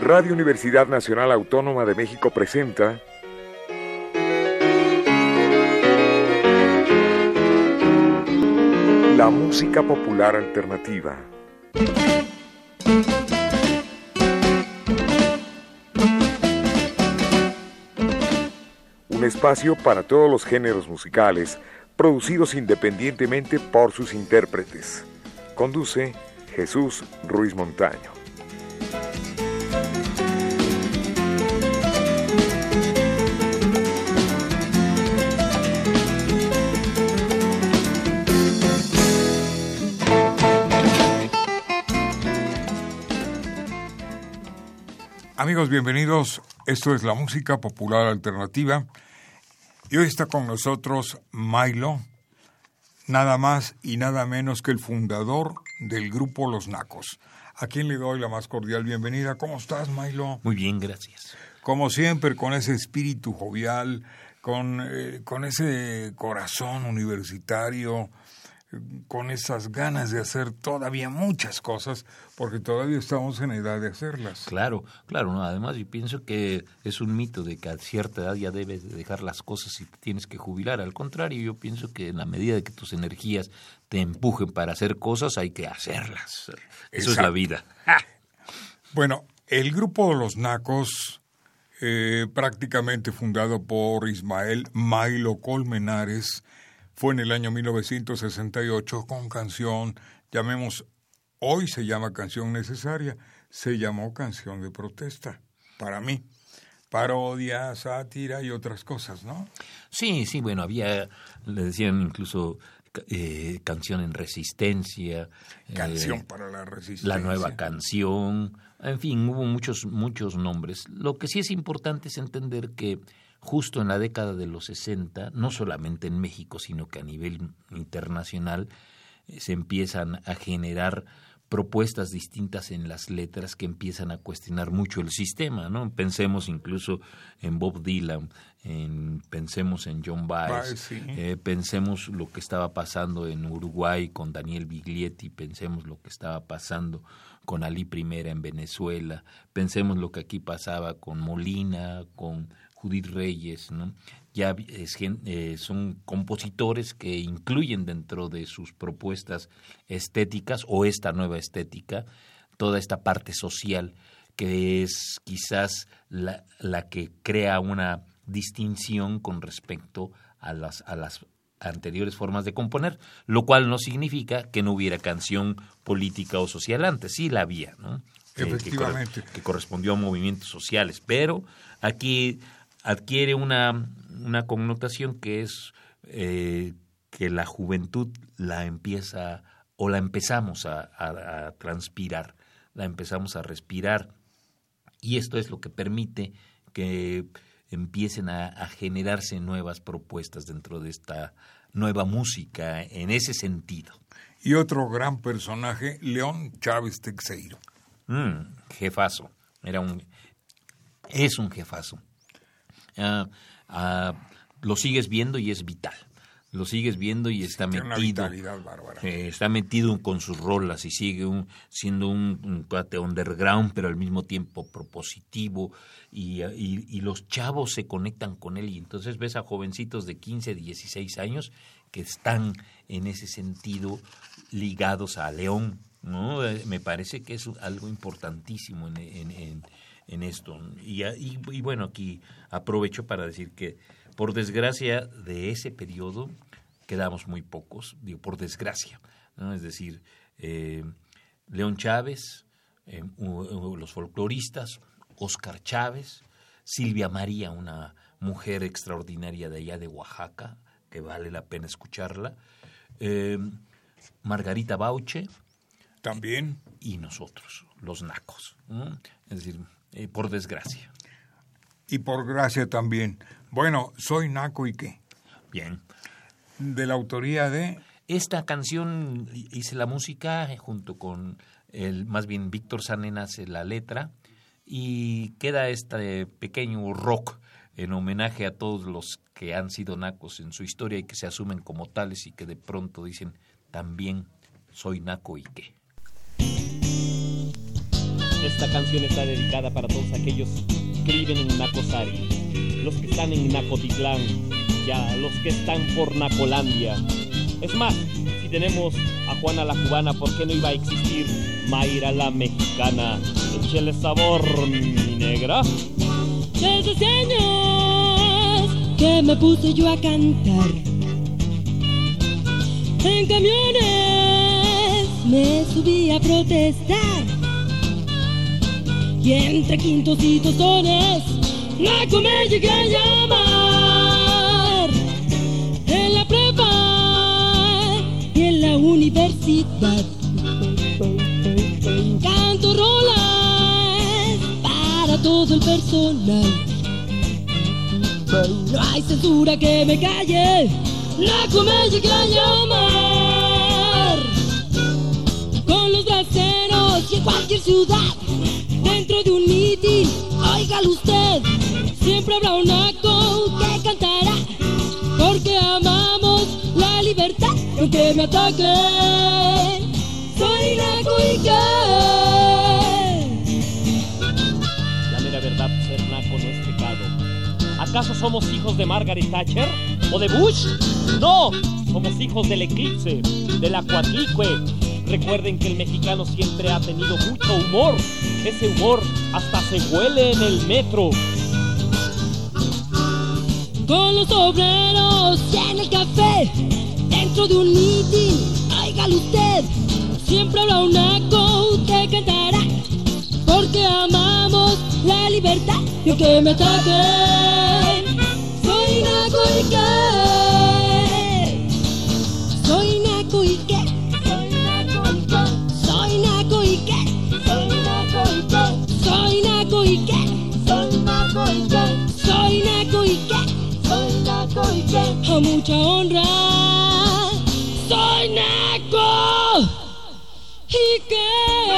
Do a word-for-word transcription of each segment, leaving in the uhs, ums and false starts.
Radio Universidad Nacional Autónoma de México presenta la música popular alternativa. Un espacio para todos los géneros musicales, producidos independientemente por sus intérpretes. Conduce Jesús Ruiz Montaño. Amigos, bienvenidos. Esto es la música popular alternativa. Y hoy está con nosotros Milo, nada más y nada menos que el fundador del grupo Los Nacos, a quien le doy la más cordial bienvenida. ¿Cómo estás, Milo? Muy bien, gracias. Como siempre, con ese espíritu jovial, con, eh, con ese corazón universitario, con esas ganas de hacer todavía muchas cosas, porque todavía estamos en edad de hacerlas. Claro, claro, no. Además yo pienso que es un mito de que a cierta edad ya debes de dejar las cosas y te tienes que jubilar. Al contrario, yo pienso que en la medida de que tus energías te empujen para hacer cosas, hay que hacerlas. Eso Exacto. Es la vida. ¡Ja! Bueno, el grupo Los Nacos, eh, prácticamente fundado por Ismael Milo Colmenares, fue en el año mil novecientos sesenta y ocho con canción, llamemos, hoy se llama Canción Necesaria, se llamó Canción de Protesta, para mí. Parodia, sátira y otras cosas, ¿no? Sí, sí, bueno, había, le decían incluso eh, canción en resistencia. Canción eh, para la resistencia. La nueva canción, en fin, hubo muchos, muchos nombres. Lo que sí es importante es entender que justo en la década de los sesenta, no solamente en México, sino que a nivel internacional, eh, se empiezan a generar propuestas distintas en las letras que empiezan a cuestionar mucho el sistema, ¿no? Pensemos incluso en Bob Dylan, en, pensemos en John Baez, sí. eh, pensemos lo que estaba pasando en Uruguay con Daniel Biglietti, pensemos lo que estaba pasando con Ali Primera en Venezuela, pensemos lo que aquí pasaba con Molina, con Judith Reyes, ¿no? Ya es, eh, son compositores que incluyen dentro de sus propuestas estéticas o esta nueva estética toda esta parte social que es quizás la, la que crea una distinción con respecto a las, a las anteriores formas de componer, lo cual no significa que no hubiera canción política o social antes, sí la había, ¿no? Efectivamente. Que, que, que correspondió a movimientos sociales, pero aquí adquiere una, una connotación que es eh, que la juventud la empieza o la empezamos a, a, a transpirar, la empezamos a respirar, y esto es lo que permite que empiecen a, a generarse nuevas propuestas dentro de esta nueva música en ese sentido. Y otro gran personaje, León Chávez Teixeiro. Mm, jefazo, era un, es un jefazo. Uh, uh, lo sigues viendo y es vital, lo sigues viendo y está Tiene metido, una vitalidad bárbara. Eh, está metido con sus rolas y sigue un, siendo un, un cuate underground, pero al mismo tiempo propositivo, y, y, y los chavos se conectan con él, y entonces ves a jovencitos de quince, dieciséis años que están en ese sentido ligados a León, ¿no? Eh, me parece que es algo importantísimo en, en, en en esto. Y, y, y bueno, aquí aprovecho para decir que, por desgracia, de ese periodo quedamos muy pocos, digo, por desgracia, ¿no? Es decir, eh, León Chávez, eh, uh, los folcloristas, Óscar Chávez, Silvia María, una mujer extraordinaria de allá de Oaxaca, que vale la pena escucharla, eh, Margarita Bauche, también, y nosotros, los Nacos, ¿no? Es decir, Eh, por desgracia. Y por gracia también. Bueno, Soy Naco y qué. Bien. De la autoría de... Esta canción hice la música junto con, el más bien Víctor Sanen hace la letra, y queda este pequeño rock en homenaje a todos los que han sido nacos en su historia y que se asumen como tales y que de pronto dicen también soy naco y qué. Esta canción está dedicada para todos aquellos que viven en Nacosari, los que están en Nacotitlán, ya los que están por Nacolandia. Es más, si tenemos a Juana la cubana, ¿por qué no iba a existir Mayra la mexicana? Échale sabor, mi negra. Desde hace años que me puse yo a cantar, en camiones me subí a protestar, y entre quintos y tostones Naco me llegué a llamar. En la prepa y en la universidad canto rolas para todo el personal. No hay censura que me calle, Naco me llegué a llamar. Con los braceros y en cualquier ciudad, dentro de un mitin, óigalo usted, siempre habrá un naco que cantará, porque amamos la libertad. Y aunque me ataquen, soy naco y qué. La mera verdad, ser naco no es pecado. ¿Acaso somos hijos de Margaret Thatcher o de Bush? No, somos hijos del eclipse, del acuatlicue. Recuerden que el mexicano siempre ha tenido mucho humor. Ese humor hasta se huele en el metro. Con los obreros y en el café, dentro de un mitin, óigalo usted, siempre habrá un naco que cantará, porque amamos la libertad. Y aunque me ataquen, soy naco y qué. Soy naco y qué. Soy naco y qué. Soy naco y qué. Soy naco y qué. Soy naco y qué. Soy naco y qué. Soy naco y qué. Soy naco y qué. A mucha honra, soy naco y qué.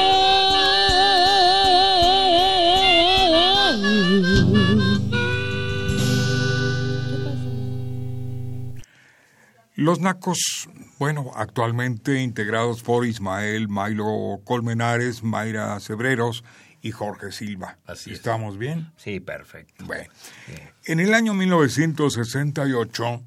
Los nacos, bueno, actualmente integrados por Ismael Mailo Colmenares, Mayra Cebreros y Jorge Silva. Así es. ¿Estamos bien? Sí, perfecto. Bueno, Sí. en el año mil novecientos sesenta y ocho,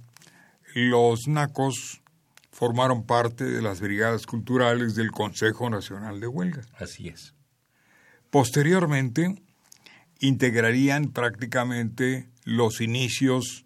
los nacos formaron parte de las brigadas culturales del Consejo Nacional de Huelga. Así es. Posteriormente, integrarían prácticamente los inicios,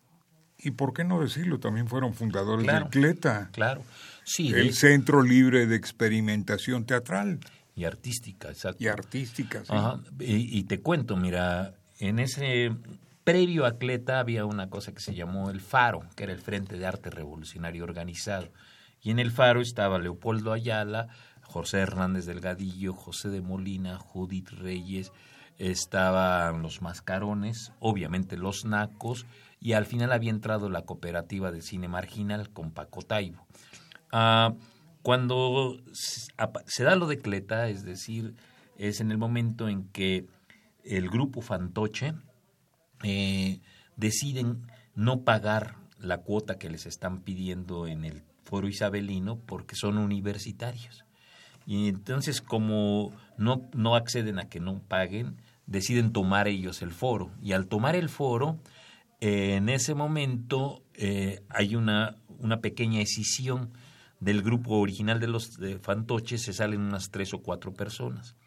y por qué no decirlo, también fueron fundadores Claro, del CLETA, Claro. Sí, el de- Centro Libre de Experimentación Teatral y artística, exacto. y artística. ¿sí? Ajá. Y, y te cuento, mira, en ese previo a CLETA había una cosa que se llamó el Faro, que era el Frente de Arte Revolucionario Organizado. Y en el Faro estaba Leopoldo Ayala, José Hernández Delgadillo, José de Molina, Judith Reyes, estaban los Mascarones, obviamente los Nacos, y al final había entrado la Cooperativa de Cine Marginal con Paco Taibo. Ah, cuando se, se da lo de CLETA, es decir, es en el momento en que el grupo Fantoche eh, deciden no pagar la cuota que les están pidiendo en el Foro Isabelino porque son universitarios. Y entonces, como no, no acceden a que no paguen, deciden tomar ellos el foro. Y al tomar el foro, eh, en ese momento eh, hay una, una pequeña escisión del grupo original de los de fantoches, se salen unas tres o cuatro personas.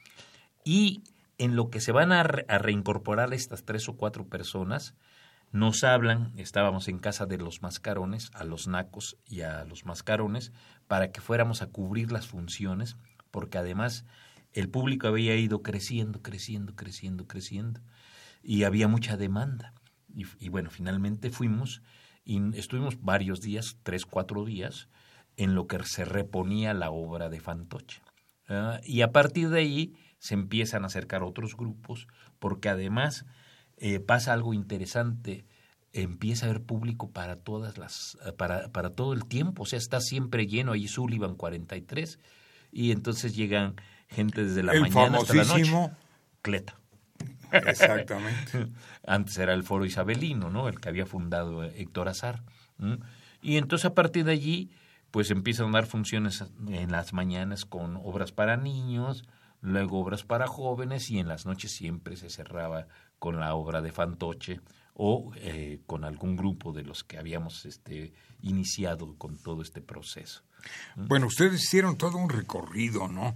Y en lo que se van a, re, a reincorporar estas tres o cuatro personas, nos hablan, estábamos en casa de los Mascarones, a los Nacos y a los Mascarones, para que fuéramos a cubrir las funciones, porque además el público había ido creciendo, creciendo, creciendo, creciendo, y había mucha demanda. Y, y bueno, finalmente fuimos y estuvimos varios días, tres, cuatro días, en lo que se reponía la obra de Fantoche. Uh, y a partir de ahí se empiezan a acercar otros grupos, porque además eh, pasa algo interesante, empieza a haber público para todas las, para, para todo el tiempo, o sea, está siempre lleno, ahí Sullivan cuarenta y tres, y entonces llegan gente desde la el mañana hasta la noche. famosísimo CLETA. Exactamente. Antes era el Foro Isabelino, ¿no? El que había fundado Héctor Azar. ¿Mm? Y entonces a partir de allí, pues empiezan a dar funciones en las mañanas con obras para niños, luego obras para jóvenes y en las noches siempre se cerraba con la obra de fantoche o eh, con algún grupo de los que habíamos este, iniciado con todo este proceso. Bueno, ustedes hicieron todo un recorrido, ¿no?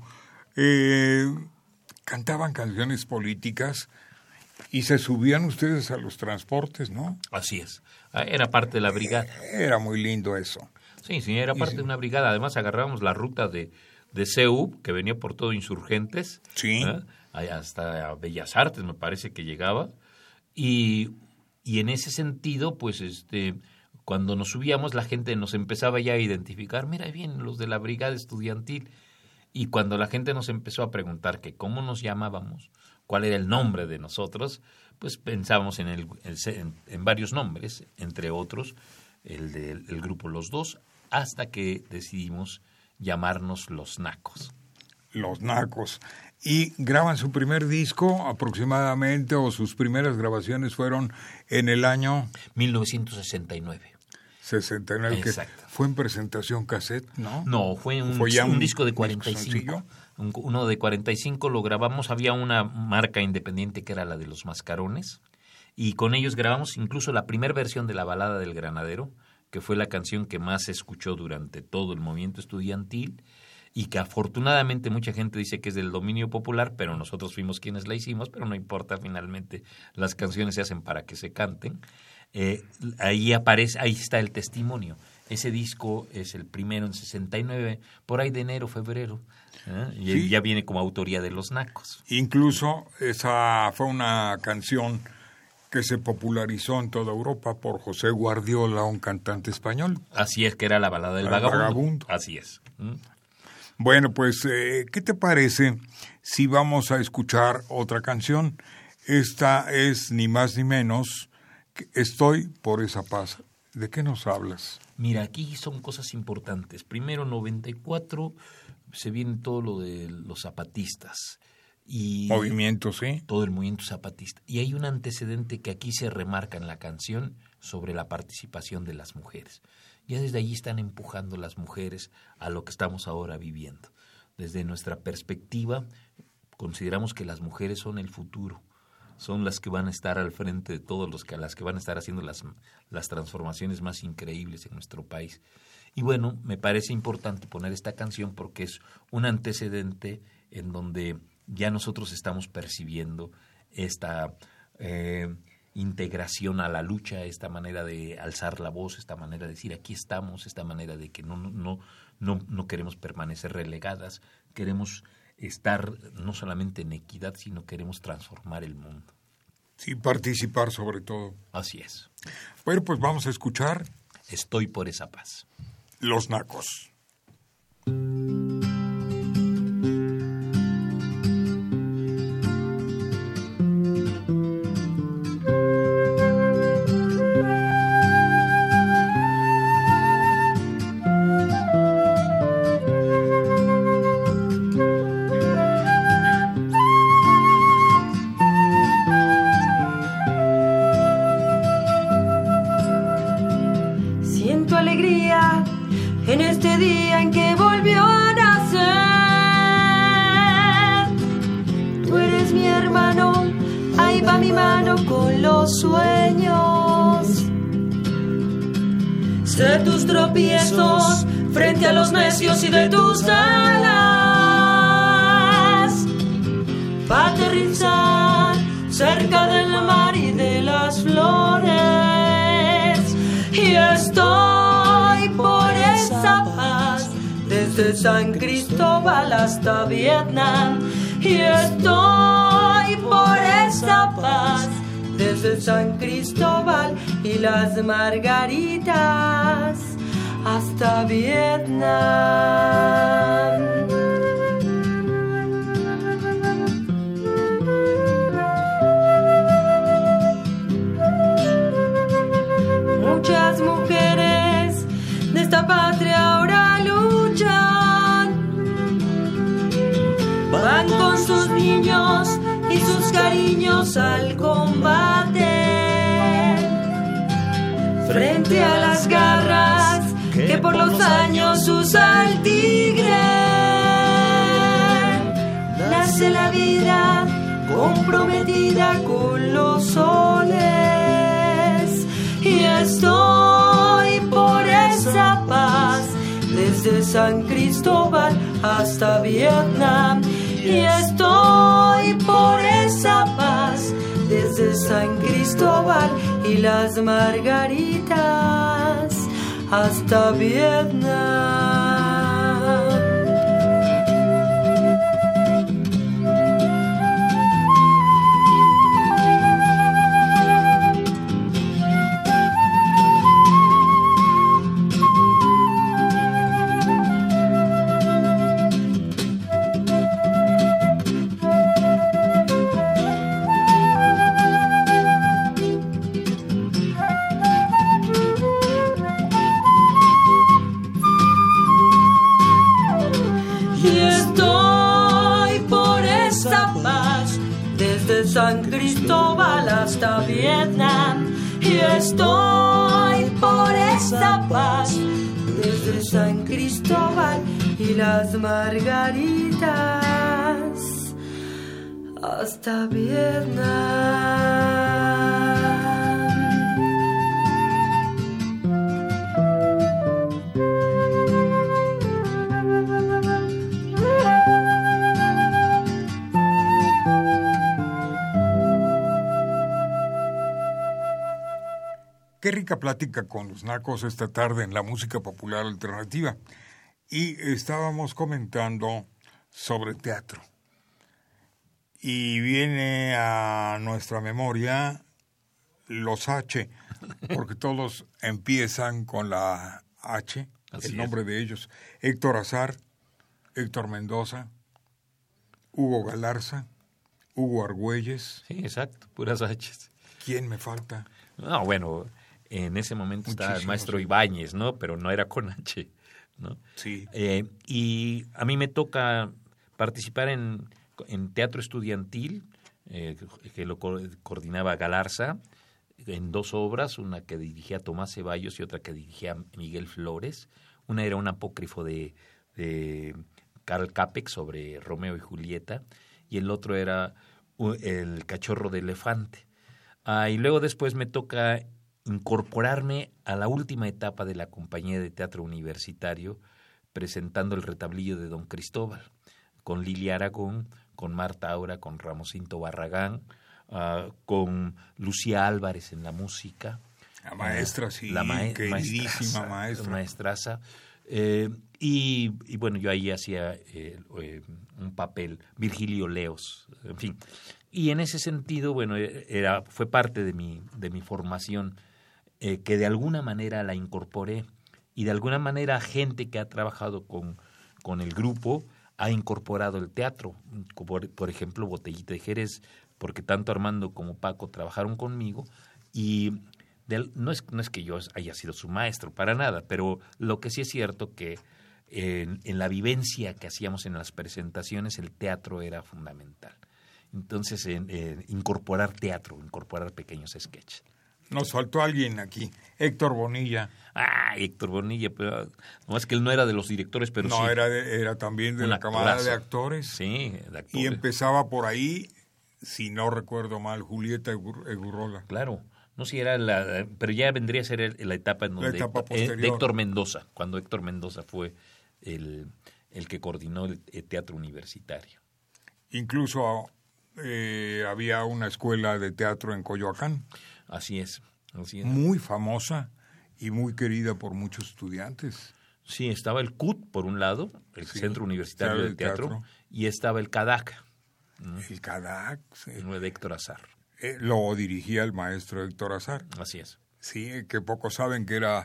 Eh, cantaban canciones políticas y se subían ustedes a los transportes, ¿no? Así es. Era parte de la brigada. Era muy lindo eso. Sí, sí, era parte sí. de una brigada. Además, agarrábamos la ruta de, de C E U, que venía por todo Insurgentes, sí. ¿eh? hasta Bellas Artes, me parece que llegaba. Y, y en ese sentido, pues, este, cuando nos subíamos, la gente nos empezaba ya a identificar. Mira, vienen los de la brigada estudiantil. Y cuando la gente nos empezó a preguntar que cómo nos llamábamos, cuál era el nombre de nosotros, pues pensábamos en, el, el en, en varios nombres, entre otros el del el grupo Los Dos, hasta que decidimos llamarnos Los Nacos. Los Nacos. Y graban su primer disco aproximadamente, o sus primeras grabaciones fueron en el año mil novecientos sesenta y nueve. sesenta y nueve, Exacto. Que fue en presentación cassette, ¿no? No, fue un, fue ya un, un disco de cuarenta y cinco. Un, uno de cuarenta y cinco lo grabamos, había una marca independiente que era la de Los Mascarones, y con ellos grabamos incluso la primera versión de la balada del Granadero, que fue la canción que más se escuchó durante todo el movimiento estudiantil, y que afortunadamente mucha gente dice que es del dominio popular, pero nosotros fuimos quienes la hicimos, pero no importa, finalmente las canciones se hacen para que se canten. Eh, ahí aparece, ahí está el testimonio. Ese disco es el primero en sesenta y nueve, por ahí de enero, febrero, ¿eh? Y sí. Ya viene como autoría de Los Nacos. Incluso esa fue una canción que se popularizó en toda Europa por José Guardiola, un cantante español. Así es, que era la balada del vagabundo. vagabundo. Así es. ¿Mm? Bueno, pues, eh, ¿qué te parece si vamos a escuchar otra canción? Esta es ni más ni menos que Estoy por esa paz. ¿De qué nos hablas? Mira, aquí son cosas importantes. Primero, noventa y cuatro, se viene todo lo de los zapatistas. Y movimiento, sí. Todo el movimiento zapatista. Y hay un antecedente que aquí se remarca en la canción sobre la participación de las mujeres. Ya desde allí están empujando las mujeres a lo que estamos ahora viviendo. Desde nuestra perspectiva, consideramos que las mujeres son el futuro. Son las que van a estar al frente de todos los que las que van a estar haciendo las, las transformaciones más increíbles en nuestro país. Y bueno, me parece importante poner esta canción porque es un antecedente en donde ya nosotros estamos percibiendo esta eh, integración a la lucha, esta manera de alzar la voz, esta manera de decir aquí estamos, esta manera de que no, no, no, no queremos permanecer relegadas, queremos estar no solamente en equidad, sino queremos transformar el mundo. Sí, participar sobre todo. Así es. Bueno, pues vamos a escuchar Estoy por esa paz. Los Nacos. En este día en que volvió a nacer, tú eres mi hermano, ahí va mi mano con los sueños. Sé tus tropiezos frente a los necios y de tus alas, para aterrizar cerca del mar y de las flores. Y estoy por esa paz, desde San Cristóbal hasta Vietnam. Y estoy por esa paz, desde San Cristóbal y las Margaritas hasta Vietnam. Muchas mujeres de esta patria ahora luchan, van con sus niños y sus cariños al combate, frente a las garras que por los años usa el tigre. Las parece la vida comprometida con los soles. Y estoy por esa paz, desde San Cristóbal hasta Vietnam. Y estoy por esa paz, desde San Cristóbal y las Margaritas hasta Vietnam. San Cristóbal hasta Vietnam. Y estoy por esa paz, desde San Cristóbal y las Margaritas hasta Vietnam. Qué rica plática con los nacos esta tarde en la música popular alternativa. Y estábamos comentando sobre teatro. Y viene a nuestra memoria los H, porque todos empiezan con la H, Así el nombre es. de ellos. Héctor Azar, Héctor Mendoza, Hugo Galarza, Hugo Argüelles. Sí, exacto, puras H's. ¿Quién me falta? No, bueno, en ese momento estaba el maestro sí. Ibáñez, ¿no? Pero no era con H, ¿no? Sí. Eh, y a mí me toca participar en, en teatro estudiantil, eh, que lo co- coordinaba Galarza, en dos obras, una que dirigía Tomás Ceballos y otra que dirigía Miguel Flores. Una era un apócrifo de, de Karl Capek sobre Romeo y Julieta, y el otro era uh, El cachorro de elefante. Ah, y luego después me toca incorporarme a la última etapa de la compañía de teatro universitario, presentando el retablillo de Don Cristóbal, con Lilia Aragón, con Marta Aura, con Ramosinto Barragán, uh, con Lucía Álvarez en la música. La maestra, sí, la ma- queridísima maestraza, maestra. Maestraza. Eh, y, y bueno, yo ahí hacía eh, eh, un papel, Virgilio Leos, en fin. Y en ese sentido, bueno, era, fue parte de mi, de mi formación, eh, que de alguna manera la incorporé, y de alguna manera gente que ha trabajado con, con el grupo ha incorporado el teatro. Por, por ejemplo, Botellita de Jerez, porque tanto Armando como Paco trabajaron conmigo, y de, no, es, no es que yo haya sido su maestro, para nada, pero lo que sí es cierto que en, en la vivencia que hacíamos en las presentaciones, el teatro era fundamental. Entonces, en, en incorporar teatro, incorporar pequeños sketches. Nos faltó alguien aquí, Héctor Bonilla. Ah, Héctor Bonilla, pero no es que él no era de los directores, pero no, sí. era, de, era también de Un la camada actorazo. de actores. Sí, de actores. Y empezaba por ahí, si no recuerdo mal, Julieta Egur- Egurrola. Claro, no si era la, pero ya vendría a ser el, la etapa en donde La etapa Héctor, eh, posterior. de Héctor Mendoza, cuando Héctor Mendoza fue el, el que coordinó el, el teatro universitario. Incluso eh, había una escuela de teatro en Coyoacán. Así es, así es. Muy famosa y muy querida por muchos estudiantes. Sí, estaba el C U T, por un lado, el Sí, Centro Universitario claro, de el Teatro, teatro. y estaba el CADAC, ¿no? El CADAC, sí. de Héctor Azar. Eh, lo dirigía el maestro Héctor Azar. Así es. Sí, que pocos saben que era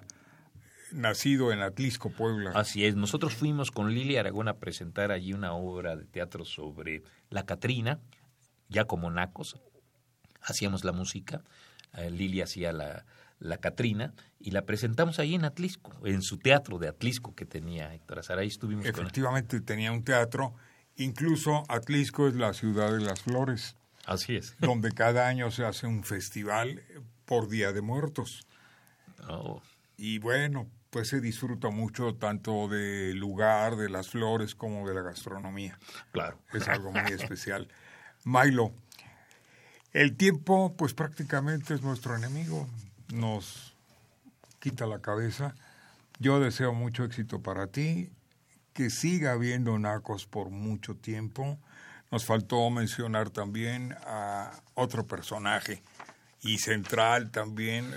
nacido en Atlisco, Puebla. Así es. Nosotros fuimos con Lilia Aragón a presentar allí una obra de teatro sobre la Catrina, ya como nacos. Hacíamos la música, eh, Lilia hacía la, la Catrina, y la presentamos allí en Atlisco, en su teatro de Atlisco que tenía Héctor Azar. Ahí estuvimos con él. Efectivamente tenía un teatro, incluso Atlisco es la ciudad de las flores, Así es. donde cada año se hace un festival por Día de Muertos. Oh, Y bueno, pues se disfruta mucho tanto del lugar, de las flores, como de la gastronomía. Claro. Es algo muy especial. Milo, el tiempo pues prácticamente es nuestro enemigo, nos quita la cabeza. Yo deseo mucho éxito para ti, que siga habiendo nacos por mucho tiempo. Nos faltó mencionar también a otro personaje y central también,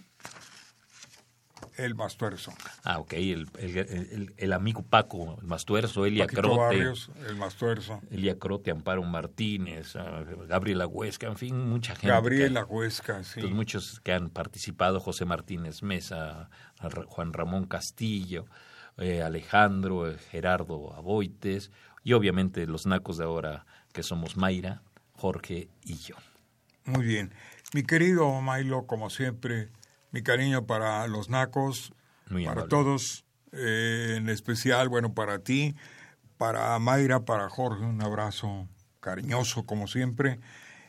el Mastuerzo. Ah, ok, el, el, el, el amigo Paco, el Mastuerzo, Elia Paquito Crote. Barrios, el Mastuerzo. Elia Crote, Amparo Martínez, uh, Gabriela Huesca, en fin, mucha gente. Gabriela Huesca, sí. Entonces, muchos que han participado, José Martínez Mesa, Juan Ramón Castillo, eh, Alejandro, eh, Gerardo Aboites, y obviamente los nacos de ahora, que somos Mayra, Jorge y yo. Muy bien. Mi querido Milo, como siempre, mi cariño para los nacos, Muy para amable. todos, eh, en especial, bueno, para ti, para Mayra, para Jorge, un abrazo cariñoso como siempre.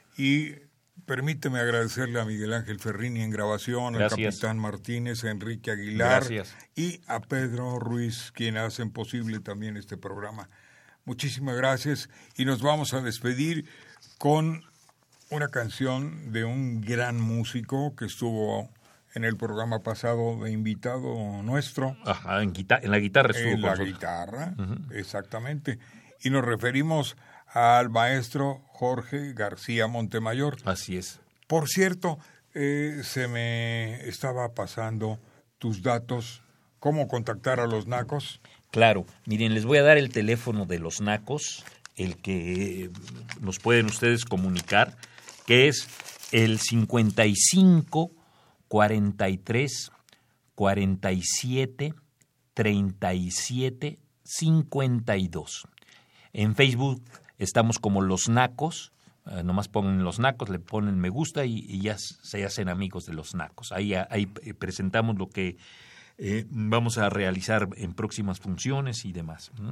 Y permíteme agradecerle a Miguel Ángel Ferrini en grabación, Gracias. al Capitán Martínez, a Enrique Aguilar Gracias. y a Pedro Ruiz, quienes hacen posible también este programa. Muchísimas gracias y nos vamos a despedir con una canción de un gran músico que estuvo en el programa pasado de invitado nuestro. Ajá, en, guita- en la guitarra estuvo En con la nosotros. guitarra, exactamente. Y nos referimos al maestro Jorge García Montemayor. Así es. Por cierto, eh, se me estaba pasando tus datos, cómo contactar a los nacos. Claro, miren, les voy a dar el teléfono de los nacos, el que nos pueden ustedes comunicar, que es el cincuenta y cinco, cuarenta y tres, cuarenta y siete, treinta y siete, cincuenta y dos. En Facebook estamos como Los Nacos, eh, nomás pongan Los Nacos, le ponen me gusta y, y ya se hacen amigos de Los Nacos. Ahí, ahí presentamos lo que eh, vamos a realizar en próximas funciones y demás. ¿Mm?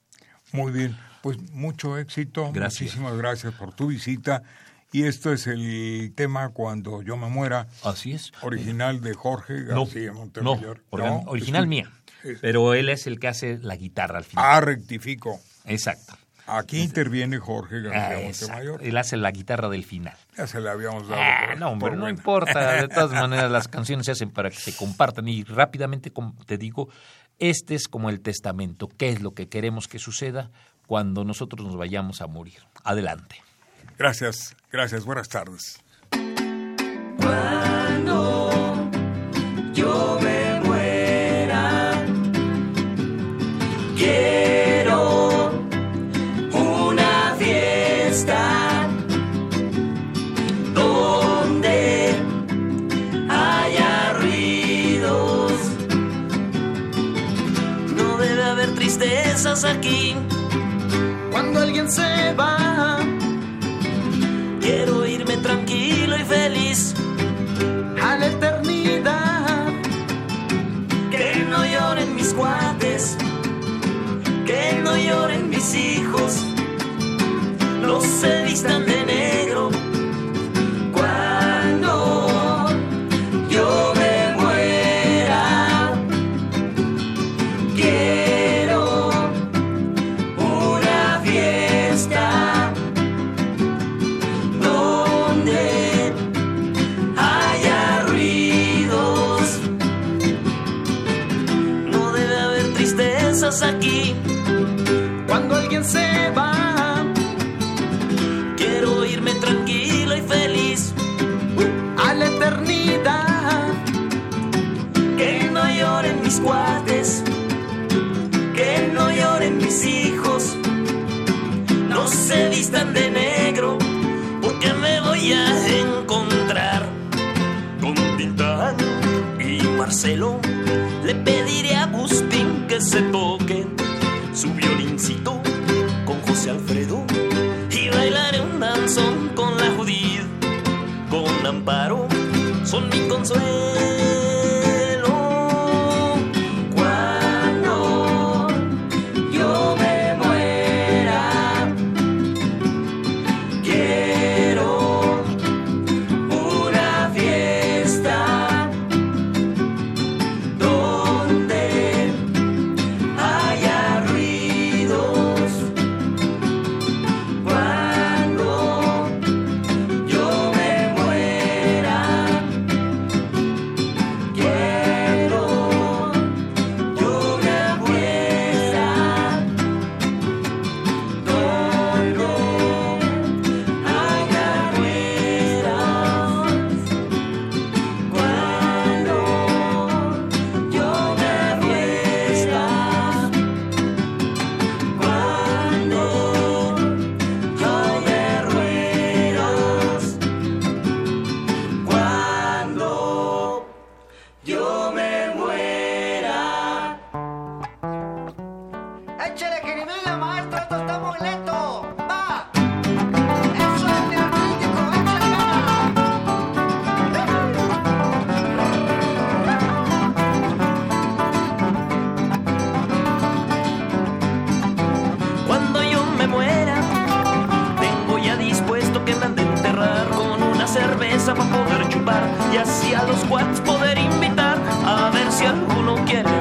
Muy bien, pues mucho éxito. Gracias. Muchísimas gracias por tu visita. Y esto es el tema Cuando yo me muera, Así es. original de Jorge No, García no, Montemayor. organ- No, original es- mía, es- pero él es el que hace la guitarra al final. Ah, rectifico. Exacto. Aquí interviene Jorge García Ah, exacto. Montemayor. Él hace la guitarra del final. Ya se le habíamos dado. Ah, por- no, hombre, por no buena. importa. De todas maneras, las canciones se hacen para que se compartan. Y rápidamente com- te digo, este es como el testamento. ¿Qué es lo que queremos que suceda cuando nosotros nos vayamos a morir? Adelante. Gracias, gracias. Buenas tardes. Cuando yo me muera, quiero una fiesta donde haya ruidos. No debe haber tristezas aquí cuando alguien se va. Quiero irme tranquilo y feliz a la eternidad. Que no lloren mis cuates, que no lloren mis hijos, no se vistan de negro cuando yo me muera. Quiero una fiesta donde haya ruidos. No debe haber tristezas aquí cuando alguien se va. Quiero irme tranquilo y feliz a la eternidad. Que no lloren mis cuates, que no lloren mis hijos, no se vistan de negro, porque me voy a encontrar con Tintán y Marcelo. Le pediré a Agustín que se toque su violincito con José Alfredo y bailaré un danzón con la Judith, con Amparo, son mi consuelo. Cuando yo me muera, quiero una fiesta donde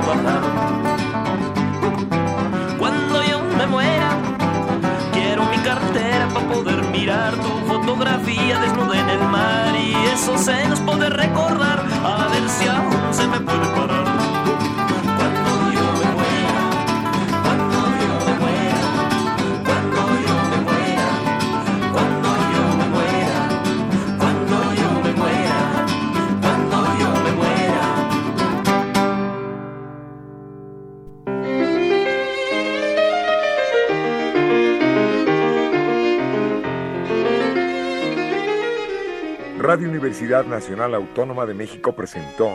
bajar. Cuando yo me muera, quiero mi cartera para poder mirar tu fotografía desnuda en el mar y esos senos poder recordar, a ver si aún se me puede parar. Cuando yo me muera, cuando yo me muera, cuando yo me muera, cuando yo me muera, cuando yo me muera, cuando yo me muera. Radio Universidad Nacional Autónoma de México presentó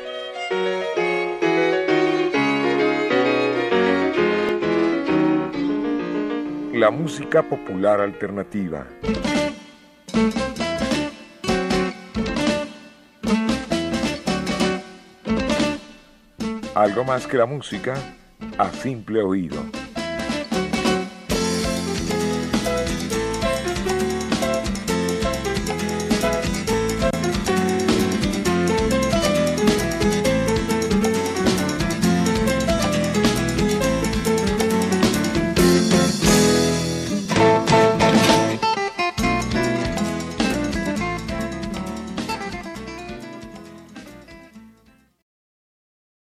la música popular alternativa. Algo más que la música a simple oído.